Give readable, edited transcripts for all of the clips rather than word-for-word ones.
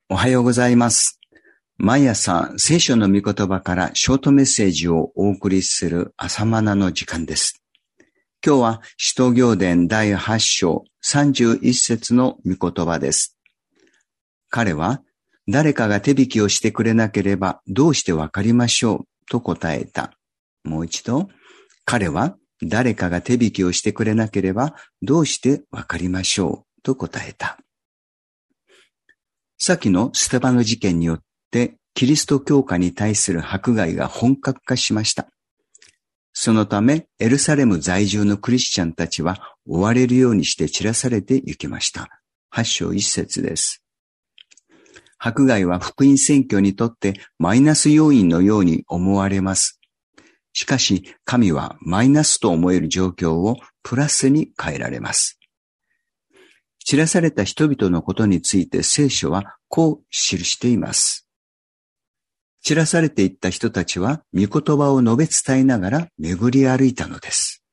おはようございます。毎朝聖書の御言葉からショートメッセージをお送りする朝マナの時間です。今日は使徒行伝第8章31節の御言葉です。彼は誰かが手引きをしてくれなければどうしてわかりましょうと答えた。もう一度、彼は誰かが手引きをしてくれなければどうしてわかりましょうと答えた。先のステバノ事件によってキリスト教会に対する迫害が本格化しました。そのためエルサレム在住のクリスチャンたちは追われるようにして散らされて行きました。8章1節です。迫害は福音宣教にとってマイナス要因のように思われます。しかし神はマイナスと思える状況をプラスに変えられます。散らされた人々のことについて聖書はこう記しています。散らされていった人たちは御言葉を述べ伝えながら巡り歩いたのです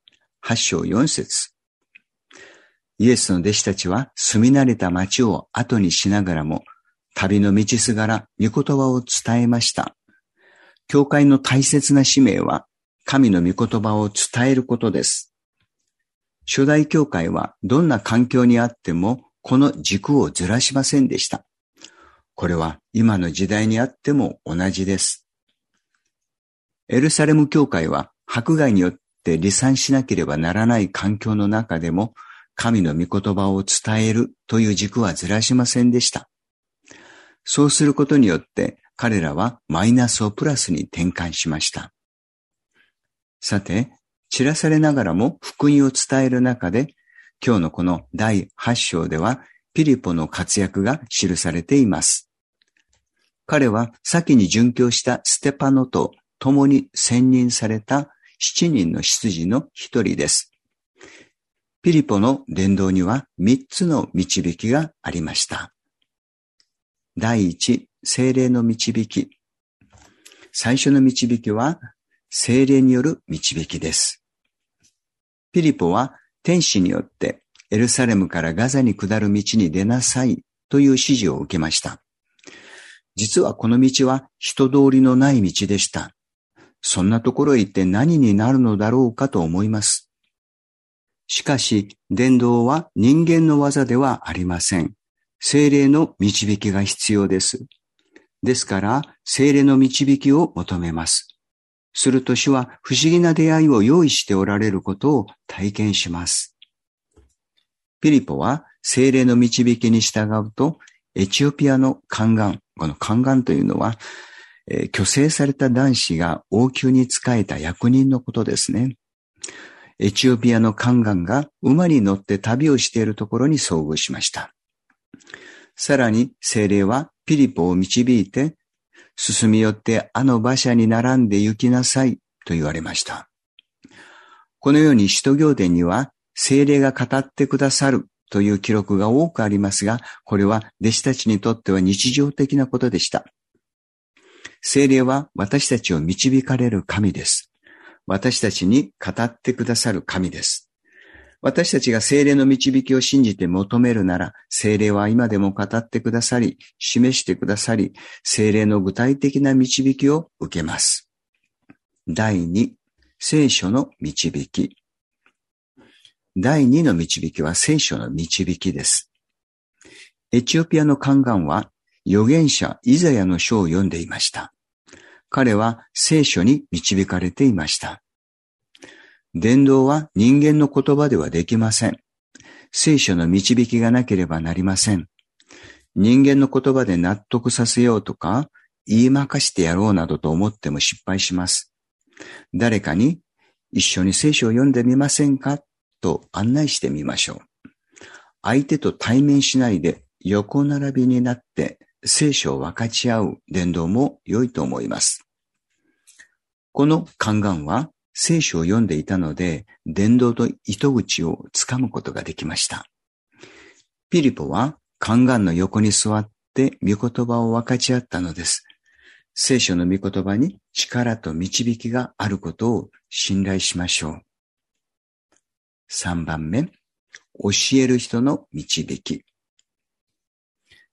。8章4節。イエスの弟子たちは住み慣れた町を後にしながらも旅の道すがら御言葉を伝えました。教会の大切な使命は神の御言葉を伝えることです。初代教会はどんな環境にあってもこの軸をずらしませんでした。これは今の時代にあっても同じです。エルサレム教会は迫害によって離散しなければならない環境の中でも神の御言葉を伝えるという軸はずらしませんでした。そうすることによって彼らはマイナスをプラスに転換しました。さて、散らされながらも福音を伝える中で、今日のこの第8章ではピリポの活躍が記されています。彼は先に殉教したステパノと共に選任された7人の執事の一人です。ピリポの伝道には3つの導きがありました。第一、聖霊の導き。最初の導きは聖霊による導きです。ピリポは天使によってエルサレムからガザに下る道に出なさいという指示を受けました。実はこの道は人通りのない道でした。そんなところへ行って何になるのだろうかと思います。しかし伝道は人間の技ではありません。聖霊の導きが必要です。ですから聖霊の導きを求めます。すると主は不思議な出会いを用意しておられることを体験します。ピリポは聖霊の導きに従うと、エチオピアの宦官、この宦官というのは、去勢された男子が王宮に仕えた役人のことですね。エチオピアの宦官が馬に乗って旅をしているところに遭遇しました。さらに聖霊はピリポを導いて、進み寄ってあの馬車に並んで行きなさいと言われました。このように使徒行伝には聖霊が語ってくださるという記録が多くありますが、これは弟子たちにとっては日常的なことでした。聖霊は私たちを導かれる神です。私たちに語ってくださる神です。私たちが聖霊の導きを信じて求めるなら、聖霊は今でも語ってくださり、示してくださり、聖霊の具体的な導きを受けます。第2、聖書の導き。第2の導きは聖書の導きです。エチオピアの宦官は預言者イザヤの書を読んでいました。彼は聖書に導かれていました。伝道は人間の言葉ではできません。聖書の導きがなければなりません。人間の言葉で納得させようとか、言いまかしてやろうなどと思っても失敗します。誰かに一緒に聖書を読んでみませんかと案内してみましょう。相手と対面しないで横並びになって聖書を分かち合う伝道も良いと思います。この宦官は聖書を読んでいたので、伝道と糸口をつかむことができました。ピリポは宦官の横に座って御言葉を分かち合ったのです。聖書の御言葉に力と導きがあることを信頼しましょう。3番目、教える人の導き。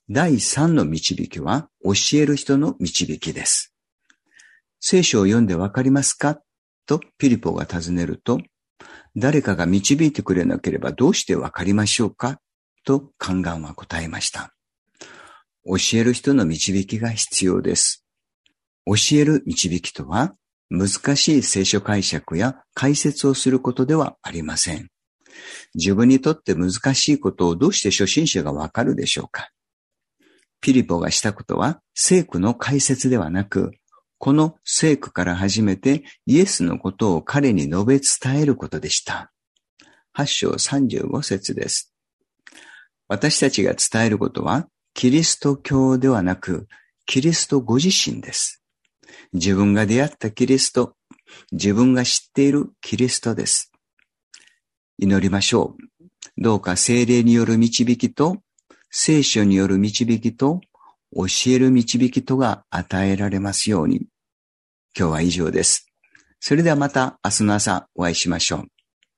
第3の導きは教える人の導きです。聖書を読んでわかりますかとピリポが尋ねると、誰かが導いてくれなければどうしてわかりましょうかと宦官は答えました。教える人の導きが必要です。教える導きとは、難しい聖書解釈や解説をすることではありません。自分にとって難しいことをどうして初心者がわかるでしょうか。ピリポがしたことは聖句の解説ではなく、この聖句から始めてイエスのことを彼に述べ伝えることでした。8章35節です。私たちが伝えることはキリスト教ではなく、キリストご自身です。自分が出会ったキリスト、自分が知っているキリストです。祈りましょう。どうか聖霊による導きと、聖書による導きと、教える導きとが与えられますように。今日は以上です。それではまた明日の朝お会いしましょう。